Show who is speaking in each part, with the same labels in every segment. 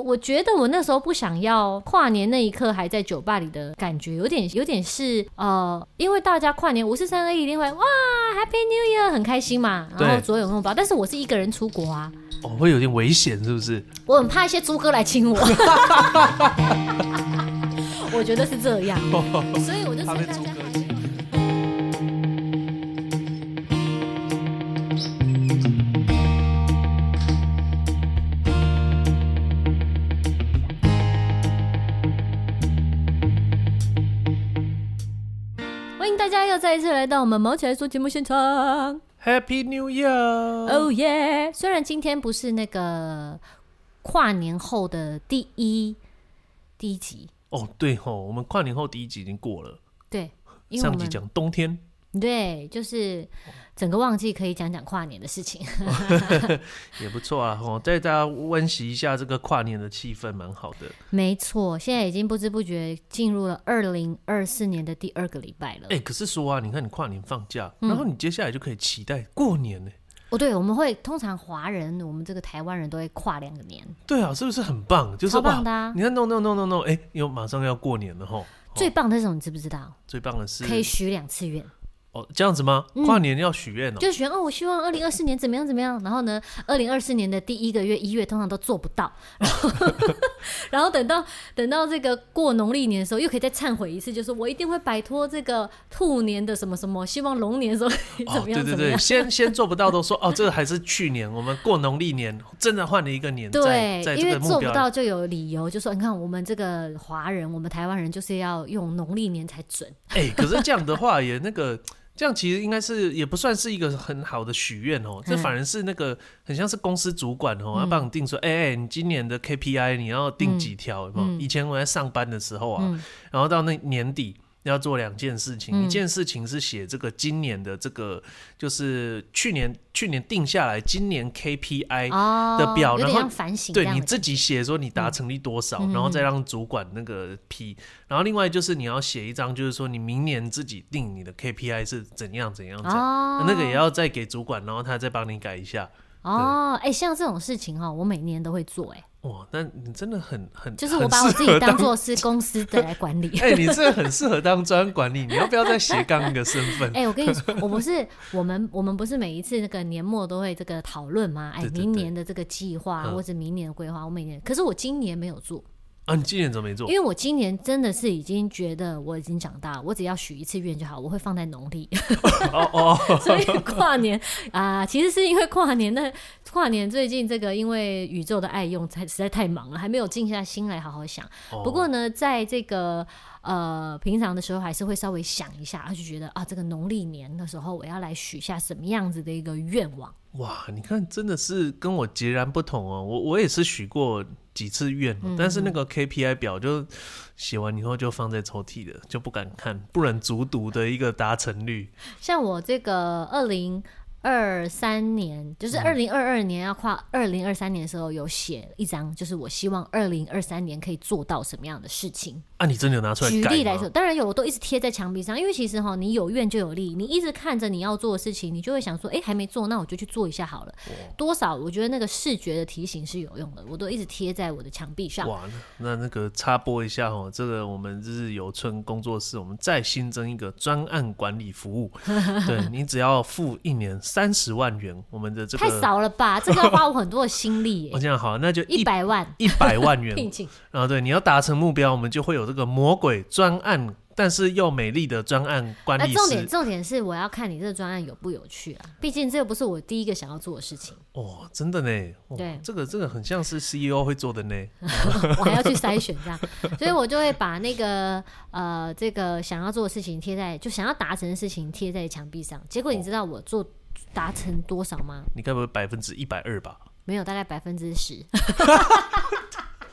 Speaker 1: 我觉得我那时候不想要跨年那一刻还在酒吧里的感觉，有点是因为大家跨年54321一定会哇 Happy New Year 很开心嘛，然后左拥拥抱，但是我是一个人出国啊，
Speaker 2: 会有点危险是不是？
Speaker 1: 我很怕一些猪哥来亲我。我觉得是这样，所以我就
Speaker 2: 怕被猪哥亲。
Speaker 1: 欢迎大家又再一次来到我们毛起来说节目现场。
Speaker 2: Happy New Year！
Speaker 1: Oh yeah！ 虽然今天不是那个跨年后的第一集
Speaker 2: 对我们跨年后第一集已经过了。
Speaker 1: 对，因为我们
Speaker 2: 上集讲冬天。
Speaker 1: 对，就是整个旺季可以讲讲跨年的事情。
Speaker 2: 也不错啊，带大家温习一下这个跨年的气氛，蛮好的。
Speaker 1: 没错，现在已经不知不觉进入了2024年的第2个礼拜了。
Speaker 2: 可是说啊，你看你跨年放假，然后你接下来就可以期待过年呢。
Speaker 1: 对，我们会通常华人，我们这个台湾人都会跨2个年。
Speaker 2: 对啊，是不是很棒？就是
Speaker 1: 超棒的啊！
Speaker 2: 你看 no， 又马上要过年了齁。
Speaker 1: 最棒的是什么？你知不知道？
Speaker 2: 最棒的是
Speaker 1: 可以许2次愿。
Speaker 2: 这样子吗？跨年要许愿
Speaker 1: 就许愿我希望2024年怎么样怎么样。然后呢，2024年的第1个月1月通常都做不到，然后等到这个过农历年的时候，又可以再忏悔一次，就是我一定会摆脱这个兔年的什么什么，希望龙年的时候怎么样怎么样。
Speaker 2: 对，先做不到都说这个还是去年我们过农历年真的换了一个年。
Speaker 1: 对，
Speaker 2: 在
Speaker 1: 因为做不到就有理由，就说你看我们这个华人，我们台湾人就是要用农历年才准。
Speaker 2: 可是这样的话也那个。这样其实应该是也不算是一个很好的许愿这反而是那个很像是公司主管要帮你定说，你今年的 KPI 你要定几条，以前我在上班的时候啊，然后到那年底要做2件事情，一件事情是写这个今年的这个就是去年定下来今年 KPI 的表，
Speaker 1: 有点像反省，
Speaker 2: 对，你自己写说你达成率多少，然后再让主管那个批。然后另外就是你要写一张，就是说你明年自己定你的 KPI 是怎样，那个也要再给主管，然后他再帮你改一下。
Speaker 1: 像这种事情我每年都会做。
Speaker 2: 哇，那你真的很
Speaker 1: 就是我把我自己当作是公司的来管理。
Speaker 2: 你真的很适合当专案管理，你要不要再斜杠一个身份？
Speaker 1: 我跟你说，我们不是每一次那个年末都会这个讨论吗？
Speaker 2: 对，
Speaker 1: 明年的这个计划或者明年的规划，我每年，可是我今年没有做。
Speaker 2: 你今年怎么没做？
Speaker 1: 因为我今年真的是已经觉得我已经长大，我只要许1次愿就好，我会放在农历。所以跨年其实是因为跨年最近这个因为宇宙的爱用实在太忙了，还没有静下心来好好想。不过呢，在这个平常的时候还是会稍微想一下，就觉得这个农历年的时候我要来许下什么样子的一个愿望。
Speaker 2: 哇，你看真的是跟我截然不同我也是许过几次愿，但是那个 KPI 表就写完以后就放在抽屉了，就不敢看，不忍卒读的一个达成率。
Speaker 1: 像我这个2023年，就是2022年要跨2023年的时候，有写一张，就是我希望2023年可以做到什么样的事情。
Speaker 2: 你真的有拿出来改吗？
Speaker 1: 举例来说，当然有，我都一直贴在墙壁上，因为其实你有愿就有利，你一直看着你要做的事情，你就会想说，还没做，那我就去做一下好了。多少我觉得那个视觉的提醒是有用的，我都一直贴在我的墙壁上。
Speaker 2: 哇，那个插播一下这个我们日有春工作室，我们再新增一个专案管理服务。对，你只要付1年30万元，我们的这个
Speaker 1: 太少了吧？这个要花我很多的心力。
Speaker 2: 这样好，那就
Speaker 1: 100
Speaker 2: 万元
Speaker 1: 聘请。
Speaker 2: 然后对，你要达成目标，我们就会有这个魔鬼专案，但是又美丽的专案管理师。
Speaker 1: 重点是我要看你这个专案有不有趣啊，毕竟这个不是我第一个想要做的事情。
Speaker 2: 真的呢。
Speaker 1: 对，
Speaker 2: 这个很像是 CEO 会做的呢。
Speaker 1: 我还要去筛选这样，所以我就会把那个这个想要做的事情贴在，就想要达成的事情贴在墙壁上。结果你知道我达成多少吗？
Speaker 2: 你该不会120%吧？
Speaker 1: 没有，大概10%。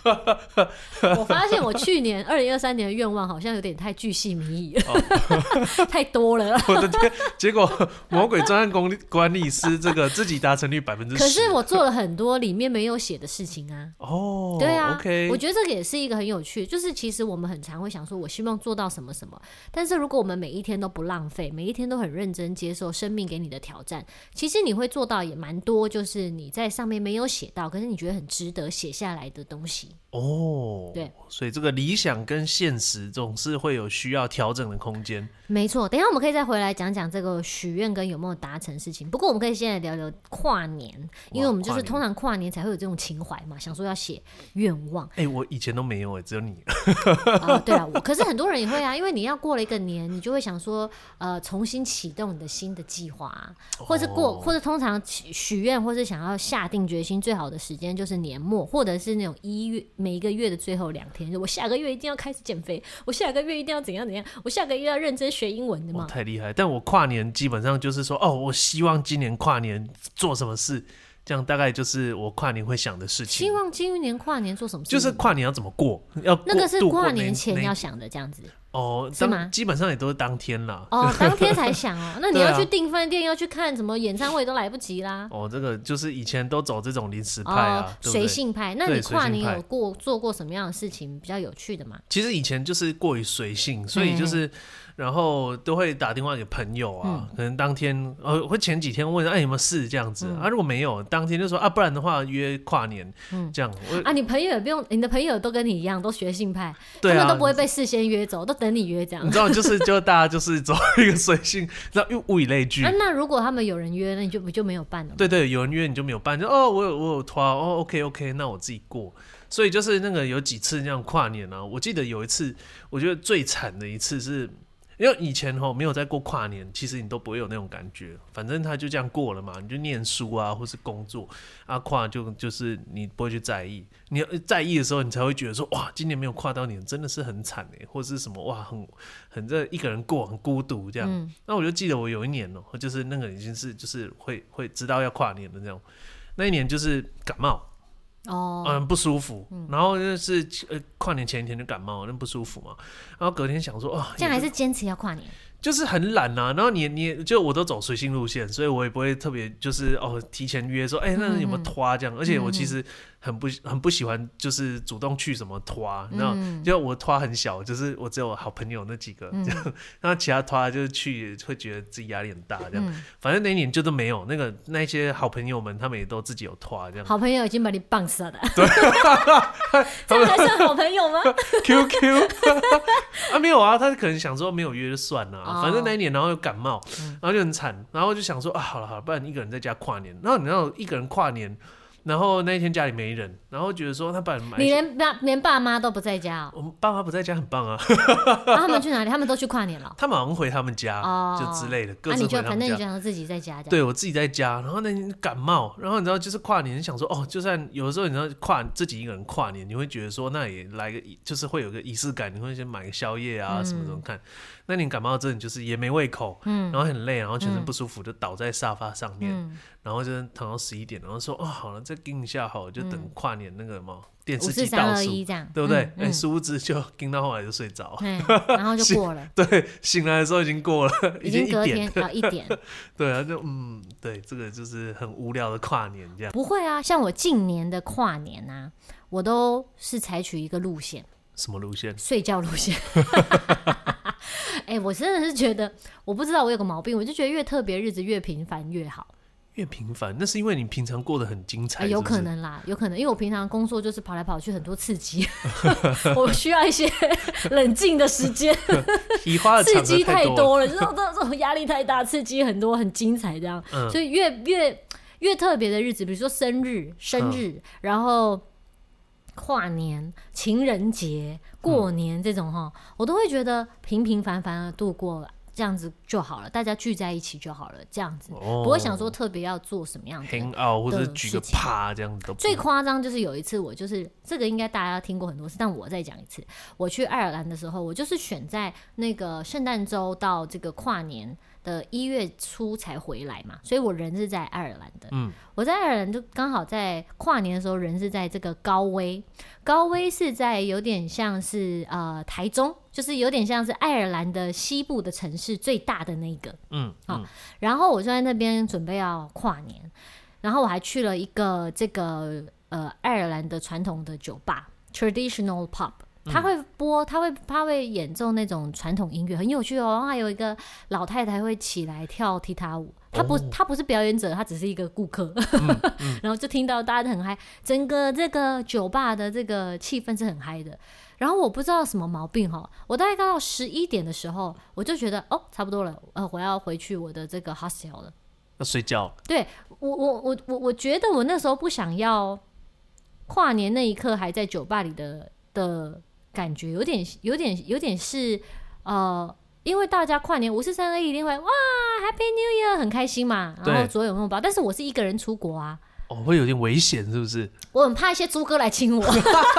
Speaker 1: 我发现我去年2023年的愿望好像有点太巨细靡遗了，太多了。
Speaker 2: 我的天！结果魔鬼专案管理师这个自己达成率10%，
Speaker 1: 可是我做了很多里面没有写的事情啊。
Speaker 2: 哦，
Speaker 1: 对啊
Speaker 2: ，OK，
Speaker 1: 我觉得这个也是一个很有趣，就是其实我们很常会想说，我希望做到什么什么，但是如果我们每一天都不浪费，每一天都很认真接受生命给你的挑战，其实你会做到也蛮多，就是你在上面没有写到，可是你觉得很值得写下来的东西。
Speaker 2: 哦，
Speaker 1: 对，
Speaker 2: 所以这个理想跟现实总是会有需要调整的空间。
Speaker 1: 没错，等一下我们可以再回来讲讲这个许愿跟有没有达成事情。不过我们可以先来聊聊跨年，因为我们就是通常跨年才会有这种情怀嘛，想说要写愿望。
Speaker 2: 我以前都没有，只有你。
Speaker 1: 对啊，可是很多人也会啊，因为你要过了一个年，你就会想说，重新启动你的新的计划啊，或是或者通常许愿或是想要下定决心，最好的时间就是年末，或者是那种1月每一个月的最后2天，就我下个月一定要开始减肥，我下个月一定要怎样怎样，我下个月要认真学英文的嘛。
Speaker 2: 太厉害！但我跨年基本上就是说，我希望今年跨年做什么事，这样大概就是我跨年会想的事情。
Speaker 1: 希望今年跨年做什么事？
Speaker 2: 就是跨年要怎么过，
Speaker 1: 那个是跨年前要想的，这样子。是吗？
Speaker 2: 基本上也都是当天啦。
Speaker 1: 当天才想哦。那你要去订饭店，要去看什么演唱会都来不及啦。
Speaker 2: 这个就是以前都走这种临时派啊，
Speaker 1: 随性派。那你跨年有做过什么样的事情比较有趣的吗？
Speaker 2: 其实以前就是过于随性，所以就是。然后都会打电话给朋友啊，可能当天会前几天问有没有事这样子如果没有，当天就说不然的话约跨年这样。
Speaker 1: 你朋友也不用，你的朋友都跟你一样，都学性派，
Speaker 2: 他
Speaker 1: 们都不会被事先约走，都等你约这样。
Speaker 2: 你知道，就大家就是走一个随性，然后物以类聚。
Speaker 1: 那如果他们有人约，那你就没有办了吗？
Speaker 2: 对，有人约你就没有办，就我有拖OK， 那我自己过。所以就是那个有几次那样跨年啊，我记得有一次，我觉得最惨的一次是。因为以前没有在过跨年，其实你都不会有那种感觉，反正他就这样过了嘛，你就念书啊，或是工作跨就是你不会去在意，你在意的时候，你才会觉得说哇，今年没有跨到年，真的是很惨或是什么哇，很这一个人过很孤独这样。那我就记得我有一年就是那个已经是就是会知道要跨年的那种，那一年就是感冒。不舒服，然后就是跨年前一天就感冒，那不舒服嘛，然后隔天想说
Speaker 1: 这样还是坚持要跨年，
Speaker 2: 就是很懒啊。然后你就我都走随性路线，所以我也不会特别就是提前约说那有没有拖这样，而且我其实很不喜欢就是主动去什么拖，然后就我拖很小，就是我只有好朋友那几个这样，然后其他拖就是去会觉得自己压力很大这样。反正那一年就都没有那一些好朋友们，他们也都自己有拖这样。
Speaker 1: 好朋友已经把你棒死了，
Speaker 2: 对，
Speaker 1: 这样还算好朋友吗
Speaker 2: ？QQ 没有啊，他可能想说没有约就算了反正那一年然后又感冒，然后就很惨，然后就想说好了，不然一个人在家跨年。然后你知道一个人跨年。然后那一天家里没人，然后觉得说他把
Speaker 1: 你连爸妈都不在家
Speaker 2: 我们爸妈不在家很棒啊。
Speaker 1: 他们去哪里？他们都去跨年了。
Speaker 2: 他们好像回他们家就之类的，各自回他们家。
Speaker 1: 反正你就想自己在家。
Speaker 2: 对，我自己在家。然后那天感冒，然后你知道就是跨年，想说就算有的时候你知道自己一个人跨年，你会觉得说那也来个就是会有个仪式感，你会先买个宵夜啊什么什么看。那你感冒真的就是也没胃口，然后很累，然后全身不舒服，就倒在沙发上面，然后就躺到11点，然后说好了，再盯一下好了，就等跨年那个嘛电视机倒数，对不对？殊不知就盯到后来就睡着，
Speaker 1: 然后就过了。
Speaker 2: 对，醒来的时候已经过了，已经
Speaker 1: 隔天1点。
Speaker 2: 对啊，就对，这个就是很无聊的跨年这样。
Speaker 1: 不会啊，像我近年的跨年啊，我都是采取一个路线。
Speaker 2: 什么路线？
Speaker 1: 睡觉路线。我真的是觉得，我不知道我有个毛病，我就觉得越特别日子越平凡越好。
Speaker 2: 越平凡，那是因为你平常过得很精彩，
Speaker 1: 有可能啦，有可能，因为我平常工作就是跑来跑去，很多刺激，我需要一些冷静的时间。刺激太多了，就是这种压力太大，刺激很多，很精彩这样，所以越特别的日子，比如说生日，然后跨年、情人节、过年这种我都会觉得平平凡凡的度过，这样子就好了，大家聚在一起就好了，这样子不会想说特别要做什么样的
Speaker 2: hang out 或者举个趴这样子。
Speaker 1: 最夸张就是有一次，我就是这个应该大家听过很多次，但我再讲一次。我去爱尔兰的时候，我就是选在那个圣诞周到这个跨年的1月初才回来嘛，所以我人是在爱尔兰的。我在爱尔兰就刚好在跨年的时候，人是在这个高威。高威是在有点像是台中，就是有点像是爱尔兰的西部的城市最大的那个。然后我就在那边准备要跨年，然后我还去了一个这个爱尔兰的传统的酒吧 traditional pub。他会播，他会演奏那种传统音乐，很有趣哦。然后还有一个老太太会起来跳踢踏舞，她不是表演者，她只是一个顾客。然后就听到大家都很嗨，整个这个酒吧的这个气氛是很嗨的。然后我不知道什么毛病哈，我大概到11点的时候，我就觉得差不多了，我要回去我的这个 hostel 了，
Speaker 2: 要睡觉。对，
Speaker 1: 我觉得我那时候不想要跨年那一刻还在酒吧里的感觉有点是因为大家跨年54321一定会哇 Happy New Year 很开心嘛，然后左拥右抱，但是我是一个人出国啊，
Speaker 2: 会有点危险是不是？我
Speaker 1: 很怕一些猪哥来亲我。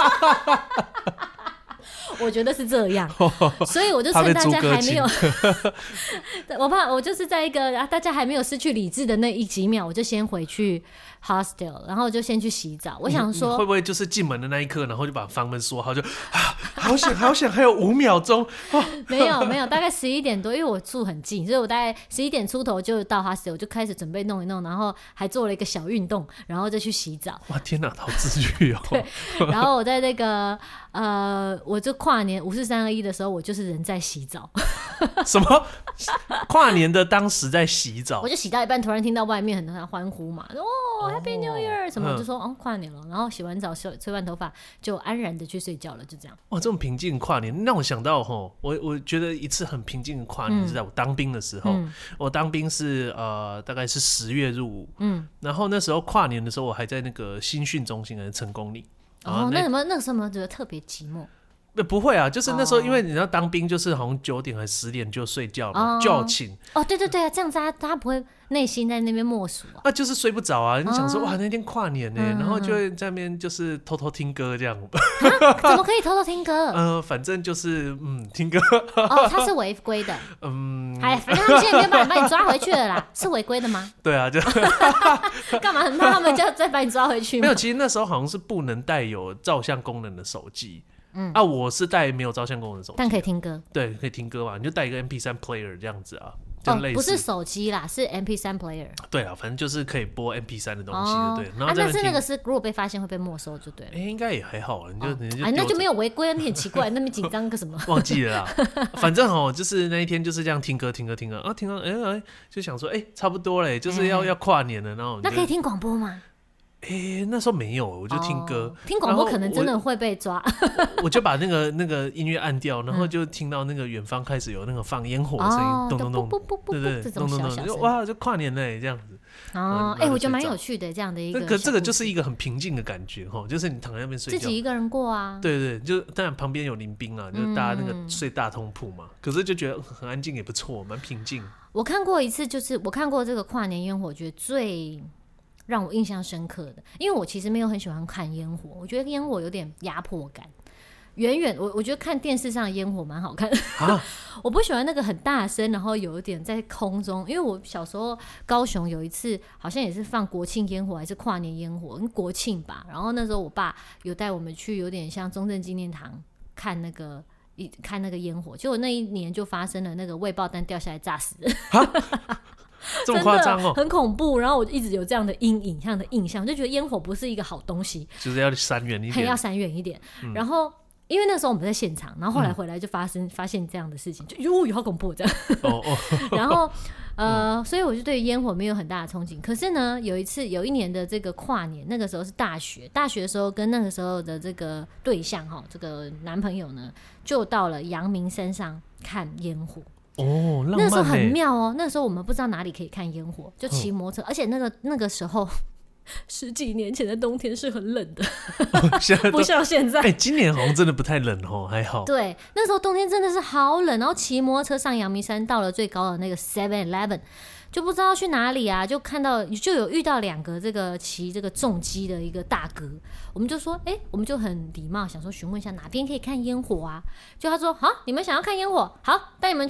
Speaker 1: 我觉得是这样，所以我就趁大家还没有我就是在一个大家还没有失去理智的那几秒，我就先回去 hostel， 然后就先去洗澡。我想说
Speaker 2: 会不会就是进门的那一刻，然后就把房门锁好，就好险还有5秒钟。
Speaker 1: 没有，大概11点多，因为我住很近，所以我大概11点出头就到 hostel， 我就开始准备弄一弄，然后还做了一个小运动，然后就去洗澡。
Speaker 2: 哇天哪，好自律哦。
Speaker 1: 对，然后我在那个我就跨年54321的时候，我就是人在洗澡。
Speaker 2: 什么？跨年的当时在洗澡？
Speaker 1: 我就洗到一半，突然听到外面很多人欢呼嘛，Happy New Year 什么，我就说跨年了。然后洗完澡吹完头发，就安然的去睡觉了，就这样。
Speaker 2: 哇，这种平静跨年让我想到我觉得一次很平静的跨年是在我当兵的时候。我当兵是大概是10月入伍，然后那时候跨年的时候，我还在那个新训中心的成功里。
Speaker 1: 那有没有那个时候有没有觉得特别寂寞？
Speaker 2: 不会啊，就是那时候，因为你知道当兵就是好像9点还10点就睡觉嘛，就要寝。
Speaker 1: 对啊，这样子他不会内心在那边默数啊。
Speaker 2: 就是睡不着啊，你想说哇那天跨年呢，然后就会在那边就是偷偷听歌这样。
Speaker 1: 怎么可以偷偷听歌？
Speaker 2: 反正就是听歌。
Speaker 1: 他是违规的。反正他们现在没有把你抓回去了啦，是违规的吗？
Speaker 2: 对啊，就
Speaker 1: 干嘛？那他们就再把你抓回去吗？
Speaker 2: 没有，其实那时候好像是不能带有照相功能的手机。我是带没有照相功能的手机，
Speaker 1: 但可以听歌。
Speaker 2: 对，可以听歌嘛，你就带一个 MP3 player 这样子啊，
Speaker 1: 不是手机啦，是 MP3 player。对
Speaker 2: 啊，反正就是可以播 MP3 的东西，对。然后
Speaker 1: 但是那个是如果被发现会被没收就对了。
Speaker 2: 应该也还好，你就
Speaker 1: 那就没有违规，你很奇怪，那么紧张个什么？
Speaker 2: 忘记了啦，反正就是那一天就是这样听歌听到就想说差不多嘞，就是要跨年了，然后
Speaker 1: 那可以听广播吗？
Speaker 2: 那时候没有，我就听歌。
Speaker 1: 听广播可能真的会被抓。
Speaker 2: 我就把那个音乐按掉，然后就听到那个远方开始有那个放烟火的声音，咚咚咚，对，咚咚咚，哇，就跨年嘞这样子。
Speaker 1: 我觉得蛮有趣的这样的一个。
Speaker 2: 这个就是一个很平静的感觉就是你躺在那边睡觉，
Speaker 1: 自己一个人过啊。
Speaker 2: 对，就当然旁边有邻兵啊，就是大家那个睡大通铺嘛。可是就觉得很安静也不错，蛮平静。
Speaker 1: 我看过一次，就是我看过这个跨年烟火，我觉得最让我印象深刻的，因为我其实没有很喜欢看烟火，我觉得烟火有点压迫感。远远我觉得看电视上的烟火蛮好看的我不喜欢那个很大声，然后有一点在空中。因为我小时候高雄有一次好像也是放国庆烟火还是跨年烟火，国庆吧，然后那时候我爸有带我们去有点像中正纪念堂看那个烟火，结果那一年就发生了那个未爆弹掉下来炸死人
Speaker 2: 这么夸张
Speaker 1: 很恐怖。然后我一直有这样的阴影，这样的印象，就觉得烟火不是一个好东西，
Speaker 2: 就是要闪远一点，
Speaker 1: 要闪远一点。然后因为那时候我们在现场，然后后来回来就发现这样的事情，就好恐怖这样然后所以我就对烟火没有很大的憧憬。可是呢，有一年的这个跨年，那个时候是大学的时候，跟那个时候的这个对象这个男朋友呢，就到了阳明山上看烟火。
Speaker 2: 浪漫
Speaker 1: 那时候很妙那时候我们不知道哪里可以看烟火，就骑摩托车，而且那个时候10几年前的冬天是很冷的不像现在
Speaker 2: 今年好像真的不太冷还好。
Speaker 1: 对，那时候冬天真的是好冷，然后骑摩托车上阳明山，到了最高的那个 7-Eleven， 就不知道去哪里啊，就有遇到2个这个骑这个重机的一个大哥，我们就说我们就很礼貌想说询问一下哪边可以看烟火啊，就他说好，你们想要看烟火，好，带你们去。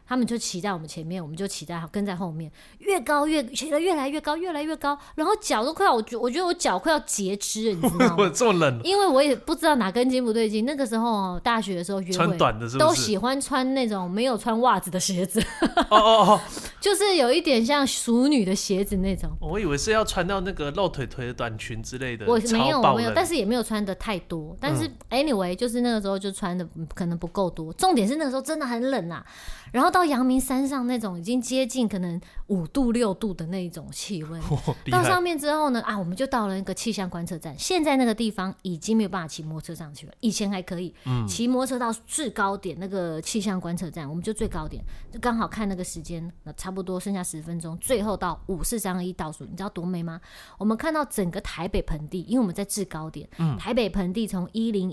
Speaker 1: 他们就骑在我们前面，我们就骑在跟在后面，越高骑得越来越高，越来越高，然后脚都快要，我觉得我脚快要截肢了，你知道吗？
Speaker 2: 这么冷，
Speaker 1: 因为我也不知道哪根筋不对劲。那个时候大学的时候约会
Speaker 2: 穿短的是不是
Speaker 1: 都喜欢穿那种没有穿袜子的鞋子，就是有一点像淑女的鞋子那种。
Speaker 2: 我以为是要穿到那个露腿腿的短裙之类的，
Speaker 1: 我没有，但是也没有穿的太多。但是 anyway， 就是那个时候就穿的可能不够多。重点是那个时候真的很冷啊，然后到阳明山上那种已经接近可能5度6度的那种气温，到上面之后呢，我们就到了那个气象观测站。现在那个地方已经没有办法骑摩托车上去了，以前还可以骑摩托车到制高点那个气象观测站，我们就最高点，就刚好看那个时间，差不多剩下10分钟，最后到5、4、3、2、1倒数，你知道多美吗？我们看到整个台北盆地，因为我们在制高点，台北盆地从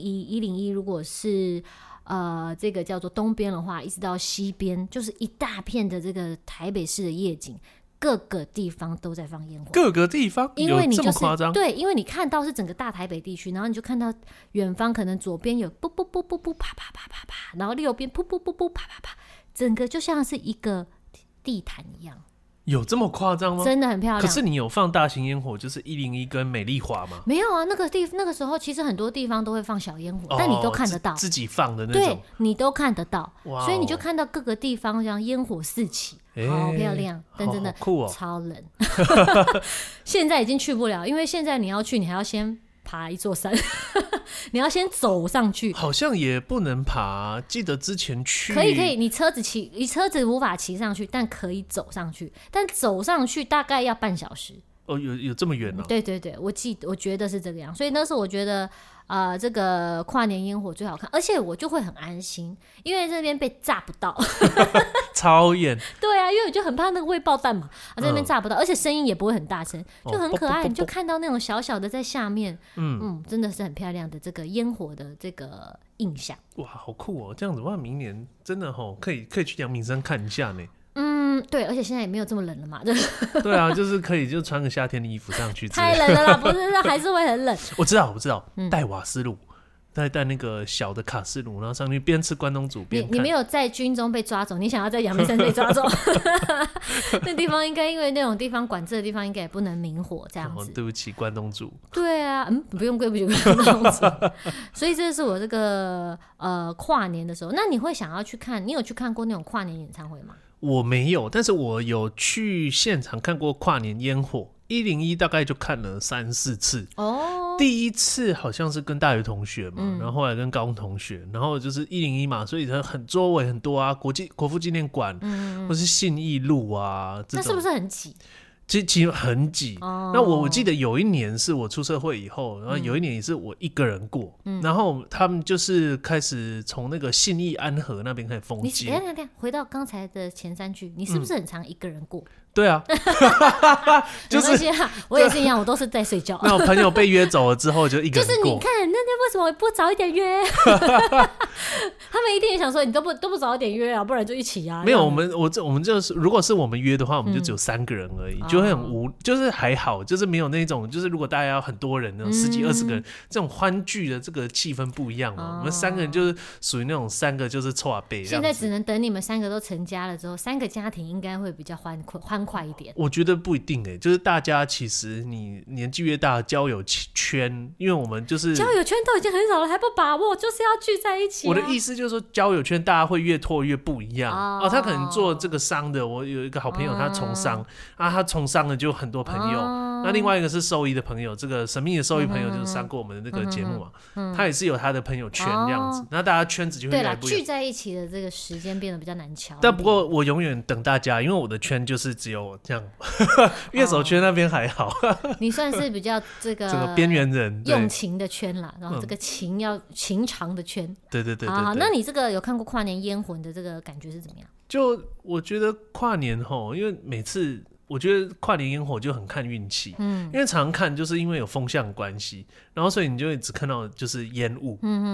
Speaker 1: 101如果是这个叫做东边的话，一直到西边，就是一大片的这个台北市的夜景，各个地方都在放烟火。
Speaker 2: 各个地方有这么夸张？
Speaker 1: 对，因为你看到是整个大台北地区，然后你就看到远方可能左边有噗噗噗噗噗啪啪啪啪啪，然后右边噗噗噗噗啪啪啪，整个就像是一个地毯一样。
Speaker 2: 有这么夸张吗？
Speaker 1: 真的很漂亮。
Speaker 2: 可是你有放大型烟火，就是101跟美丽华吗？
Speaker 1: 没有啊，那个时候其实很多地方都会放小烟火，但你都看得到，
Speaker 2: 自己放的那种，
Speaker 1: 对，你都看得到，所以你就看到各个地方像烟火四起，好漂亮，但真的
Speaker 2: 酷
Speaker 1: 超冷。现在已经去不了，因为现在你要去，你还要先爬一座山，你要先走上去，
Speaker 2: 好像也不能爬。记得之前去
Speaker 1: 可以，你车子无法骑上去，但可以走上去，但走上去大概要半小时。
Speaker 2: 有这么远哦？
Speaker 1: 对，我觉得是这个样，所以那时候我觉得这个跨年烟火最好看，而且我就会很安心，因为这边被炸不到，
Speaker 2: 超远。
Speaker 1: 对啊，因为我就很怕那个未爆弹嘛，这边炸不到，而且声音也不会很大声，就很可爱。你就看到那种小小的在下面，真的是很漂亮的这个烟火的这个印象。
Speaker 2: 哇，好酷哦！这样子的话，明年真的可以去阳明山看一下呢。
Speaker 1: 对，而且现在也没有这么冷了嘛。
Speaker 2: 对啊，就是可以就穿个夏天的衣服上去。
Speaker 1: 太冷了啦，不是，还是会很冷。
Speaker 2: 我知道，带瓦斯炉，带那个小的卡式炉，然后上去边吃关东煮边看。
Speaker 1: 你没有在军中被抓走，你想要在阳明山被抓走？那地方应该因为那种地方管制的地方，应该也不能明火这样子。
Speaker 2: 对不起，关东煮。
Speaker 1: 对啊，不用对不起关东煮。所以这是我这个跨年的时候。那你会想要去看？你有去看过那种跨年演唱会吗？
Speaker 2: 我没有，但是我有去现场看过跨年烟火。101大概就看了3、4次哦。第一次好像是跟大学同学嘛，然后后来跟高中同学，然后就是101嘛，所以它很周围很多啊，国父纪念馆，或是信义路啊，
Speaker 1: 那是不是很挤？
Speaker 2: 其实很挤。那我记得有一年是我出社会以后，然后有一年也是我一个人过，然后他们就是开始从那个信义安和那边开始封街。
Speaker 1: 等一下，回到刚才的前3句，你是不是很常一个人过？
Speaker 2: 对啊，就是
Speaker 1: 我也是一样，我都是在睡觉。
Speaker 2: 那我朋友被约走了之后，就一个人过。
Speaker 1: 就是你看，那为什么不早一点约？他们一定也想说，你都不早一点约啊，不然就一起啊。
Speaker 2: 没有，我们就是，如果是我们约的话，我们就只有3个人而已，就会很就是还好，就是没有那种，就是如果大家要很多人，那种10几20个人，这种欢聚的这个气氛不一样哦。我们3个人就是属于那种3个就是臭阿伯。
Speaker 1: 现在只能等你们3个都成家了之后，3个家庭应该会比较欢快一点。
Speaker 2: 我觉得不一定就是大家其实你年纪越大，交友圈，因为我们就是
Speaker 1: 交友圈都已经很少了，还不把握，就是要聚在一起。
Speaker 2: 我的意思就是说，交友圈大家会越拓越不一样他可能做这个商的，我有一个好朋友，他从商他从商的就有很多朋友。那另外一个是兽医的朋友，这个神秘的兽医朋友就是上过我们的那个节目嘛，他也是有他的朋友圈这样子，那大家圈子就会越来越不一样。
Speaker 1: 聚在一起的这个时间变得比较难敲。
Speaker 2: 但不过我永远等大家，因为我的圈就是只有这样，乐手圈那边还好。
Speaker 1: 你算是比较这个
Speaker 2: 边缘人，
Speaker 1: 用情的圈啦，然后这个情要情长的圈。
Speaker 2: 对。
Speaker 1: 好，那你这个有看过跨年烟火的这个感觉是怎么样？
Speaker 2: 就我觉得跨年因为每次我觉得跨年烟火就很看运气，因为常看就是因为有风向关系，然后所以你就会只看到就是烟雾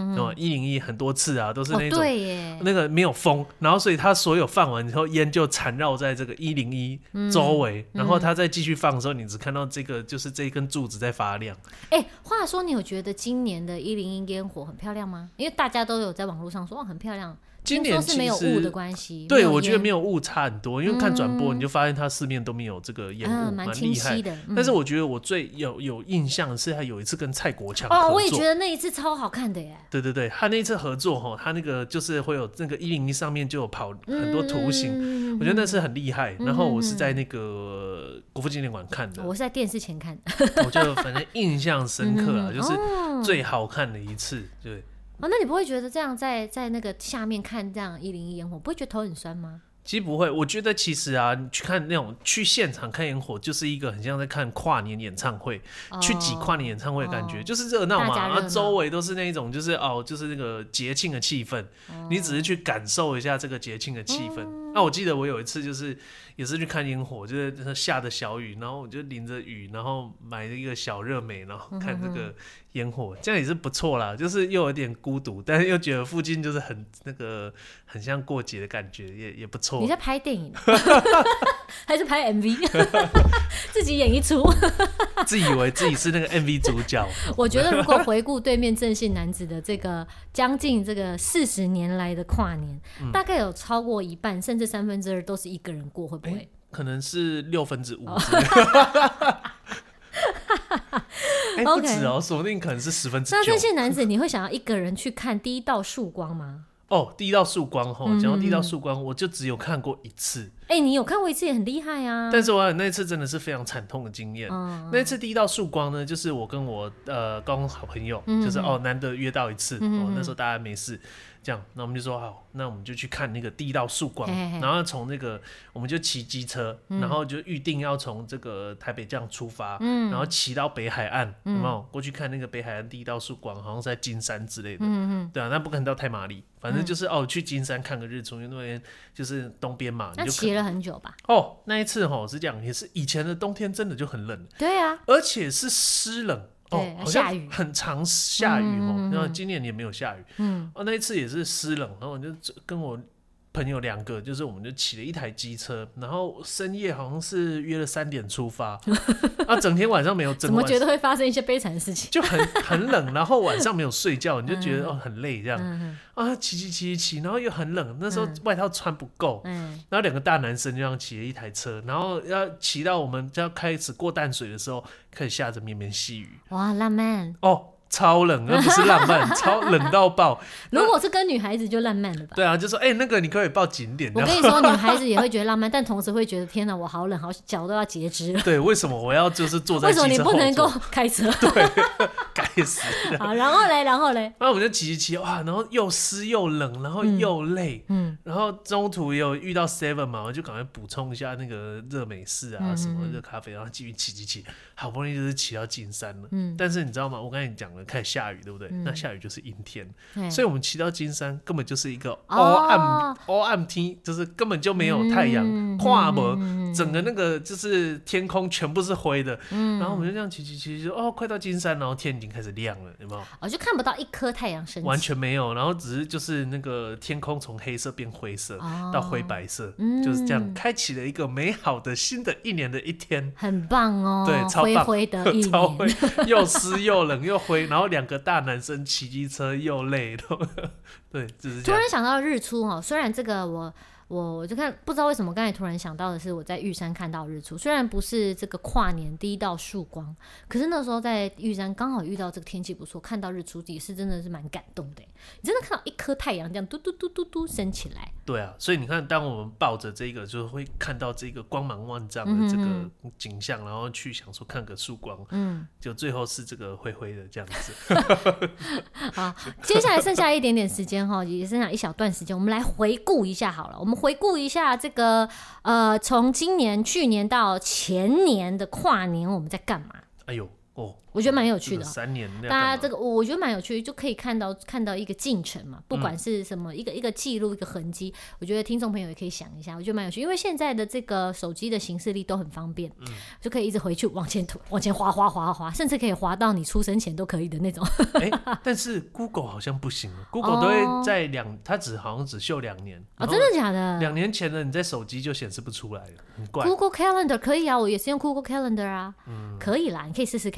Speaker 2: ，101很多次啊都是那种
Speaker 1: 对耶，
Speaker 2: 那个没有风，然后所以它所有放完之后烟就缠绕在这个101周围，然后它再继续放的时候，你只看到这个就是这一根柱子在发亮。
Speaker 1: 话说你有觉得今年的101烟火很漂亮吗？因为大家都有在网络上说很漂亮。
Speaker 2: 今年
Speaker 1: 听说是没有雾的关系，
Speaker 2: 对，我觉得没有雾差很多，因为看转播你就发现它四面都没有这个烟雾，蛮厉害
Speaker 1: 的。
Speaker 2: 但是我觉得我最有印象的是他有一次跟蔡国强合作，
Speaker 1: 我也觉得那一次超好看的耶。
Speaker 2: 对对对，他那一次合作他那个就是会有那个101上面就有跑很多图形，我觉得那次很厉害。然后我是在那个国父纪念馆看的，
Speaker 1: 我是在电视前看的，
Speaker 2: 我就反正印象深刻啊，就是最好看的一次，对。
Speaker 1: 那你不会觉得这样在那个下面看这样101烟火，不会觉得头很酸吗？
Speaker 2: 其实不会，我觉得其实啊，你去看那种去现场看烟火，就是一个很像在看跨年演唱会，去挤跨年演唱会的感觉，就是热闹嘛，然后周围都是那种就是就是那个节庆的气氛，你只是去感受一下这个节庆的气氛。那我记得我有一次就是也是去看烟火，就是下着小雨，然后我就淋着雨，然后买了一个小热美，然后看这个烟火，这样也是不错啦，就是又有点孤独，但是又觉得附近就是很像过节的感觉，也不错。
Speaker 1: 你在拍电影还是拍 MV？ 自己演一出，
Speaker 2: 自以为自己是那个 MV 主角。
Speaker 1: 我觉得如果回顾对面郑姓男子的这个将近这个40年来的跨年，大概有超过一半甚至2/3都是一个人过，会不会？
Speaker 2: 可能是5/6之类的。不止哦，说不定可能是9/10。
Speaker 1: 那郑姓男子，你会想要一个人去看第一道曙光吗？
Speaker 2: 第一道曙光讲到第一道曙光，我就只有看过一次。
Speaker 1: 你有看过一次也很厉害啊！
Speaker 2: 但是我那次真的是非常惨痛的经验。那次第一道曙光呢，就是我跟我高中好朋友，就是难得约到一次，那时候大家没事，这样，那我们就说好，那我们就去看那个第一道曙光，然后从那个我们就骑机车，然后就预定要从这个台北这样出发，然后骑到北海岸，有没有过去看那个北海岸第一道曙光？好像是在金山之类的，对啊，那不可能到太麻里，反正就是去金山看个日出，因为那边就是东边嘛。
Speaker 1: 那骑了很久吧？
Speaker 2: 那一次是这样，也是以前的冬天真的就很冷，
Speaker 1: 对啊，
Speaker 2: 而且是湿冷。好像很常下雨然后今年也没有下雨。那一次也是湿冷，然后我就跟我朋友2个，就是我们就骑了一台机车，然后深夜好像是约了3点出发，整天晚上没有，怎
Speaker 1: 么觉得会发生一些悲惨的事情？
Speaker 2: 就很冷，然后晚上没有睡觉，你就觉得很累这样。骑，然后又很冷，那时候外套穿不够，然后2个大男生就这样骑了一台车，然后要骑到我们就要开始过淡水的时候，开始下着绵绵细雨。
Speaker 1: 哇，浪漫
Speaker 2: 超冷，那不是浪漫，超冷到爆。
Speaker 1: 如果是跟女孩子就浪漫了吧？
Speaker 2: 对啊，就说那个你可以报景点。
Speaker 1: 我跟你说，女孩子也会觉得浪漫，但同时会觉得天哪，我好冷，好脚都要截肢了。
Speaker 2: 对，为什么我要就是坐在机车后座？
Speaker 1: 为什么你不能够开车？
Speaker 2: 对，该死。
Speaker 1: 好，然后嘞，然后我
Speaker 2: 们就骑哇，然后又湿又冷，然后又累，然后中途也有遇到 Seven 嘛，我就赶快补充一下那个热美式啊，什么热咖啡，然后继续骑，好不容易就是骑到金山了。但是你知道吗？我刚才讲了，开始下雨，对不对？那下雨就是阴天，所以我们骑到金山根本就是一个暗天，就是根本就没有太阳，看不整个那个就是天空全部是灰的。然后我们就这样骑，就快到金山，然后天已经开始亮了，有没有？
Speaker 1: 就看不到一颗太阳升起，
Speaker 2: 完全没有。然后只是就是那个天空从黑色变灰色，到灰白色，就是这样开启了一个美好的新的一年的一天，
Speaker 1: 很棒哦。
Speaker 2: 对，超棒，
Speaker 1: 灰灰的一年，
Speaker 2: 超灰，又湿又冷又灰，然后2个大男生骑机车又累，对，就是这样。
Speaker 1: 突然想到日出虽然这个我就看，不知道为什么刚才突然想到的是我在玉山看到日出，虽然不是这个跨年第一道曙光，可是那时候在玉山刚好遇到这个天气不错，看到日出也是真的是蛮感动的。你真的看到一颗太阳这样嘟嘟嘟嘟嘟升起来。
Speaker 2: 对啊，所以你看，当我们抱着这个，就会看到这个光芒万丈的这个景象，然后去想说看个曙光，就最后是这个灰灰的这样子。
Speaker 1: 好，接下来剩下一点点时间也剩下一小段时间，我们来回顾一下好了。我们回顾一下这个从今年、去年到前年的跨年，我们在干嘛？
Speaker 2: 哎呦
Speaker 1: 我觉得蛮有趣的
Speaker 2: ，3年
Speaker 1: 大家这个我觉得蛮有趣的，就可以看到一个进程嘛，不管是什么一个记录一个痕迹，我觉得听众朋友也可以想一下，我觉得蛮有趣，因为现在的这个手机的行事历都很方便，就可以一直回去往前滑，甚至可以滑到你出生前都可以的那种。
Speaker 2: 但是 Google 好像不行了，Google 都会在它好像只秀2年
Speaker 1: 真的假的
Speaker 2: ？2年前的你在手机就显示不出来了，很怪。
Speaker 1: Google Calendar 可以啊，我也是用 Google Calendar 啊，可以啦，你可以试试看，就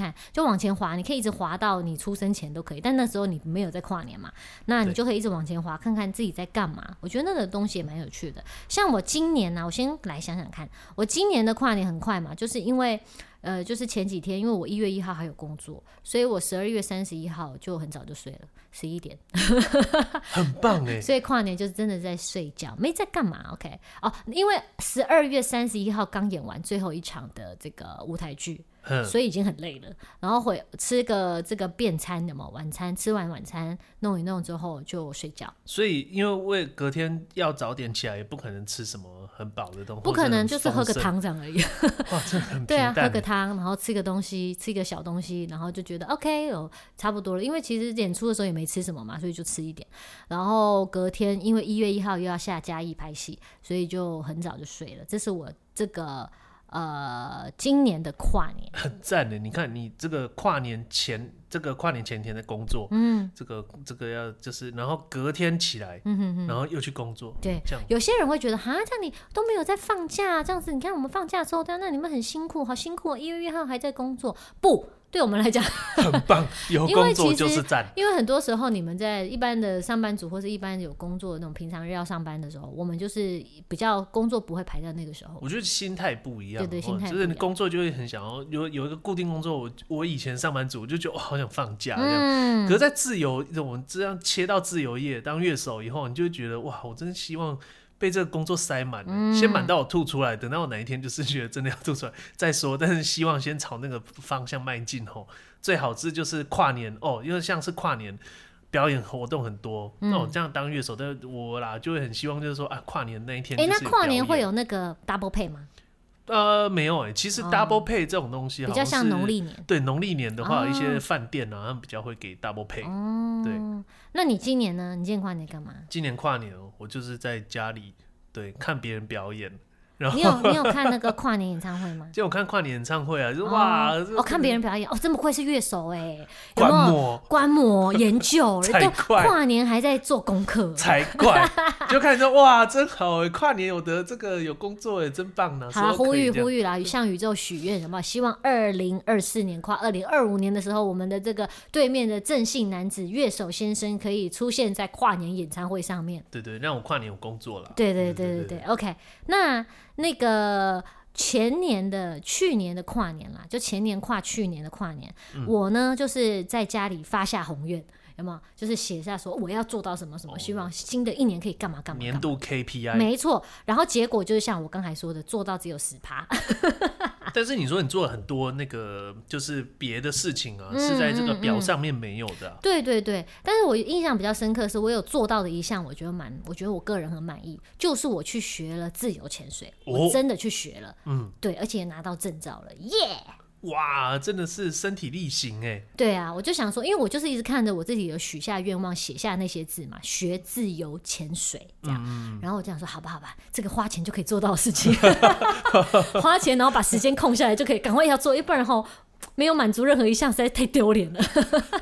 Speaker 1: 往前滑，你可以一直滑到你出生前都可以，但那时候你没有在跨年嘛，那你就可以一直往前滑，看看自己在干嘛。我觉得那个东西也蛮有趣的。像我今年我先来想想看，我今年的跨年很快嘛，就是因为就是前几天，因为我1月1号还有工作，所以我12月31号就很早就睡了，11点，
Speaker 2: 很棒哎。
Speaker 1: 所以跨年就是真的在睡觉，没在干嘛。OK， 因为12月31号刚演完最后一场的这个舞台剧。所以已经很累了，然后会吃个这个便餐的嘛，晚餐吃完晚餐弄一弄之后就睡觉。
Speaker 2: 所以因为隔天要早点起来，也不可能吃什么很饱的东西，
Speaker 1: 不可能就是喝个汤这样而已。
Speaker 2: 哇，真的很平淡。
Speaker 1: 对啊，喝个汤，然后吃个东西，吃一个小东西，然后就觉得 OK 差不多了。因为其实演出的时候也没吃什么嘛，所以就吃一点。然后隔天因为1月1号又要下嘉义拍戏，所以就很早就睡了。这是我这个。今年的跨年
Speaker 2: 很赞的，你看你这个跨年前天的工作，这个要就是，然后隔天起来，然后又去工作，
Speaker 1: 对，
Speaker 2: 这样
Speaker 1: 有些人会觉得哈，这样你都没有在放假，这样子，你看我们放假的时候，那你们很辛苦，好辛苦，1月1号还在工作，不。对我们来讲
Speaker 2: 很棒，有工作就是赞。
Speaker 1: 因为很多时候你们在一般的上班族或是一般有工作的那种平常日要上班的时候，我们就是比较工作不会排在那个时候。
Speaker 2: 我觉得心态不一样，
Speaker 1: 对，心态不一样，
Speaker 2: 就是你工作就会很想要有一个固定工作。我以前上班族我就觉得好想放假这样，可是在自由，我们这样切到自由业当乐手以后，你就会觉得哇，我真希望被这个工作塞满，先满到我吐出来，等到我哪一天就是觉得真的要吐出来再说。但是希望先朝那个方向迈进吼。最好是就是跨年因为像是跨年表演活动很多，那我这样当乐手，但我啦就会很希望就是说跨年那一天就是有表演。
Speaker 1: 那跨年会有那个 double pay 吗？
Speaker 2: 没有其实 double pay 这种东西好像是
Speaker 1: 比较像农历年。
Speaker 2: 对，农历年的话，一些饭店他们比较会给 double pay。对，
Speaker 1: 那你今年呢？你今年跨年干嘛？
Speaker 2: 今年跨年我就是在家里看别人表演。
Speaker 1: 你有看那个跨年演唱会吗？
Speaker 2: 就我看跨年演唱会啊，就是哇，
Speaker 1: 看别人表演真不愧是乐手哎，
Speaker 2: 观
Speaker 1: 摩研究，
Speaker 2: 才怪，
Speaker 1: 跨年还在做功课，
Speaker 2: 才怪，就看说哇，真好哎，跨年有的这个有工作哎，真棒呢。
Speaker 1: 好，呼吁啦，向宇宙许愿，有没有？希望2024年跨2025年的时候，我们的这个对面的正性男子乐手先生可以出现在跨年演唱会上面。
Speaker 2: 对，让我跨年有工作了。
Speaker 1: 对 ，OK， 那个去年的跨年啦，就前年跨去年的跨年，我呢就是在家里发下宏愿，有没有？就是写下说我要做到什么什么，希望新的一年可以干嘛干嘛，
Speaker 2: 年度 KPI。
Speaker 1: 没错，然后结果就是像我刚才说的，做到只有10%。
Speaker 2: 但是你说你做了很多那个就是别的事情啊，是在这个表上面没有的。
Speaker 1: 对，但是我印象比较深刻的是，我有做到的一项，我觉得我个人很满意，就是我去学了自由潜水，我真的去学了，对，而且拿到证照了，耶！
Speaker 2: 哇，真的是身体力行哎！
Speaker 1: 对啊，我就想说，因为我就是一直看着我自己有许下愿望，写下那些字嘛，学自由潜水这样，然后我就想说，好吧，这个花钱就可以做到的事情，花钱然后把时间空下来就可以赶快要做，不然没有满足任何一项实在太丢脸了，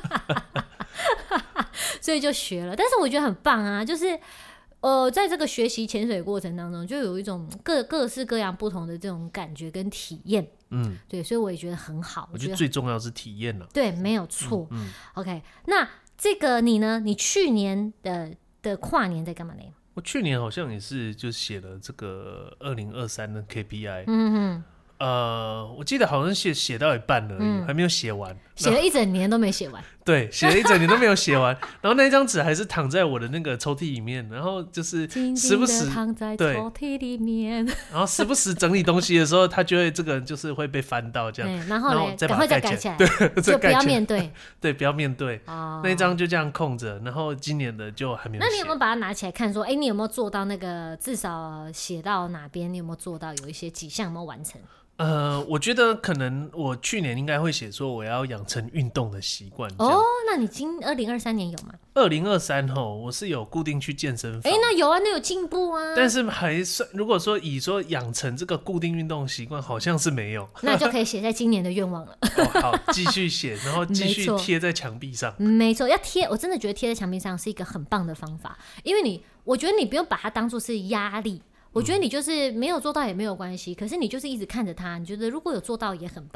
Speaker 1: 所以就学了。但是我觉得很棒啊，就是在这个学习潜水过程当中，就有一种各式各样不同的这种感觉跟体验。对，所以我也觉得很好。
Speaker 2: 我觉得最重要是体验了。
Speaker 1: 对，没有错。OK， 那这个你呢？你去年的跨年在干嘛呢？
Speaker 2: 我去年好像也是就写了这个2023的 KPI。我记得好像写到一半而已，还没有写完，
Speaker 1: 写了一整年都没写完。
Speaker 2: 对，写了一整年都没有写完，然后那张纸还是躺在我的那个抽屉里面，然后就是时不时
Speaker 1: 躺在抽屉里面，
Speaker 2: 然后时不时整理东西的时候，它就会这个就是会被翻到这样，
Speaker 1: 然后
Speaker 2: 再
Speaker 1: 赶快再盖起来，
Speaker 2: 对，
Speaker 1: 就不要面对，
Speaker 2: 对，不要面对。那一张就这样空着，然后今年的就还没有写。
Speaker 1: 那你有没有把它拿起来看，说，你有没有做到那个至少写到哪边？你有没有做到有一些几项有没有完成？
Speaker 2: 我觉得可能我去年应该会写说我要养成运动的习惯。
Speaker 1: 那你2023年有吗
Speaker 2: ？2023我是有固定去健身房。
Speaker 1: 那有啊，那有进步啊。
Speaker 2: 但是还算，如果说以说养成这个固定运动习惯，好像是没有。
Speaker 1: 那就可以写在今年的愿望了。
Speaker 2: 好，继续写，然后继续贴在墙壁上。
Speaker 1: 没错，要贴，我真的觉得贴在墙壁上是一个很棒的方法，因为我觉得你不用把它当作是压力。我觉得你就是没有做到也没有关系，可是你就是一直看着它，你觉得如果有做到也很棒，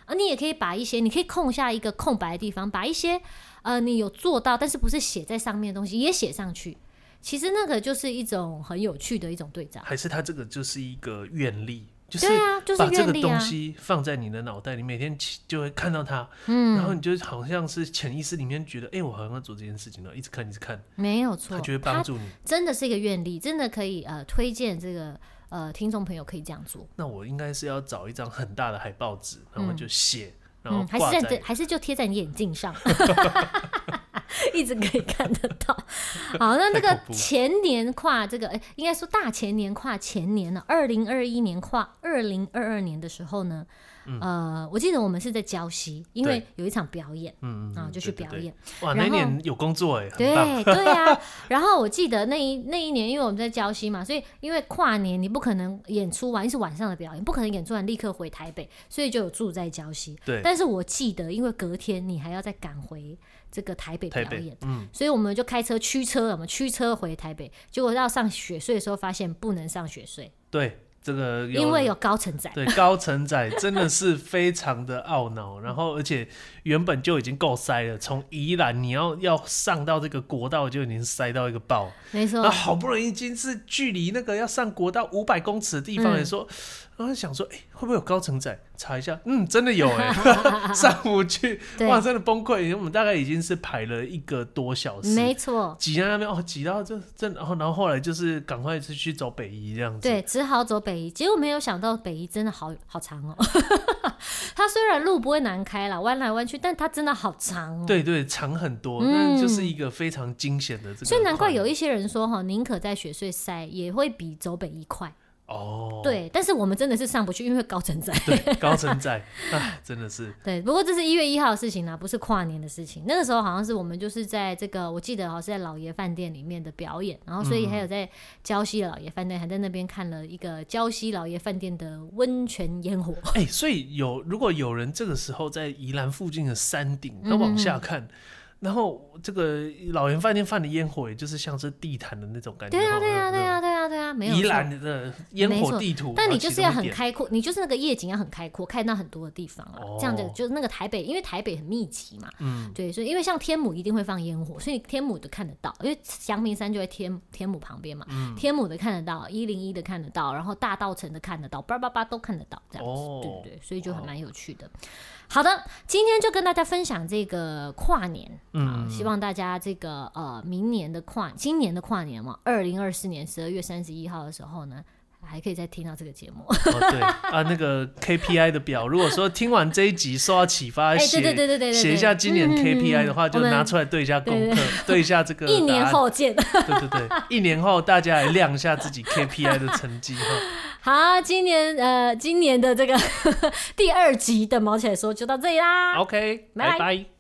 Speaker 1: 你也可以把一些，你可以空下一个空白的地方，把一些你有做到但是不是写在上面的东西也写上去。其实那个就是一种很有趣的一种对照。
Speaker 2: 还是它这个就是一个愿力，就是
Speaker 1: 把
Speaker 2: 这个东西放在你的脑袋里，每天就会看到它，然后你就好像是潜意识里面觉得，我好像要做这件事情了，一直看一直看，
Speaker 1: 没有错，
Speaker 2: 它就会帮助你。
Speaker 1: 真的是一个愿力，真的可以推荐这个听众朋友可以这样做。
Speaker 2: 那我应该是要找一张很大的海报纸，然后就写，然后挂在
Speaker 1: 还是就贴在你眼镜上。一直可以看得到。好，那个前年跨这个，应该说大前年跨前年了，2021年跨2022年的时候呢，我记得我们是在礁溪，因为有一场表演，就去表演。
Speaker 2: 哇，那年有工作哎，
Speaker 1: 对啊。然后我记得那一年，因为我们在礁溪嘛，所以因为跨年你不可能演出完，是晚上的表演，不可能演出完立刻回台北，所以就有住在礁溪。
Speaker 2: 对。
Speaker 1: 但是我记得，因为隔天你还要再赶回这个台北表演，所以我们就开车驱车回台北。结果要上雪隧的时候，发现不能上雪隧。
Speaker 2: 对。这个
Speaker 1: 因为有高乘载，
Speaker 2: 对，高乘载真的是非常的懊恼，然后而且原本就已经够塞了，从宜兰你要上到这个国道就已经塞到一个爆，
Speaker 1: 没错，
Speaker 2: 好不容易已经是距离那个要上国道500公尺的地方，也说，然后想说，会不会有高乘载？查一下，真的有上不去，哇，真的崩溃。我们大概已经是排了1个多小时，
Speaker 1: 没错，
Speaker 2: 挤在那边，挤到就真的，然后后来就是赶快去走北宜这样子，
Speaker 1: 对，只好走北宜。结果没有想到北宜真的好长哦，它虽然路不会难开啦，弯来弯去，但它真的好长哦。
Speaker 2: 对，长很多，那就是一个非常惊险的这个。
Speaker 1: 所以难怪有一些人说宁可在雪隧塞，也会比走北宜快。对，但是我们真的是上不去，因为高乘载。
Speaker 2: 对，高乘载，真的是。
Speaker 1: 对，不过这是1月1号的事情啦，不是跨年的事情。那个时候好像是我们就是在这个，我记得是在老爷饭店里面的表演，然后所以还有在礁溪的老爷饭店，还在那边看了一个礁溪老爷饭店的温泉烟火。
Speaker 2: 所以如果有人这个时候在宜兰附近的山顶，那往下看。然后这个老爷饭店放的烟火，也就是像是地毯的那种感觉。对啊，没有宜兰的烟火地图。
Speaker 1: 但你就是要很开阔，你就是那个夜景要很开阔，看到很多的地方啦。这样子就是那个台北，因为台北很密集嘛，对，所以因为像天母一定会放烟火，所以天母的看得到，因为阳明山就在天母旁边嘛，天母的看得到，101的看得到，然后大稻埕的看得到，888都看得到，这样子，对，所以就很蛮有趣的。好的，今天就跟大家分享这个跨年，希望大家这个今年的跨年嘛，2024年12月31号的时候呢，还可以再听到这个节目。
Speaker 2: 对那个 KPI 的表，如果说听完这一集受到启发，写一下今年 KPI 的话，就拿出来对一下功课，对一下这个
Speaker 1: 1年后见。对
Speaker 2: ，1年后大家来量一下自己 KPI 的成绩。
Speaker 1: 好，今年的这个第2集的毛起来说就到这里啦。
Speaker 2: OK，拜拜。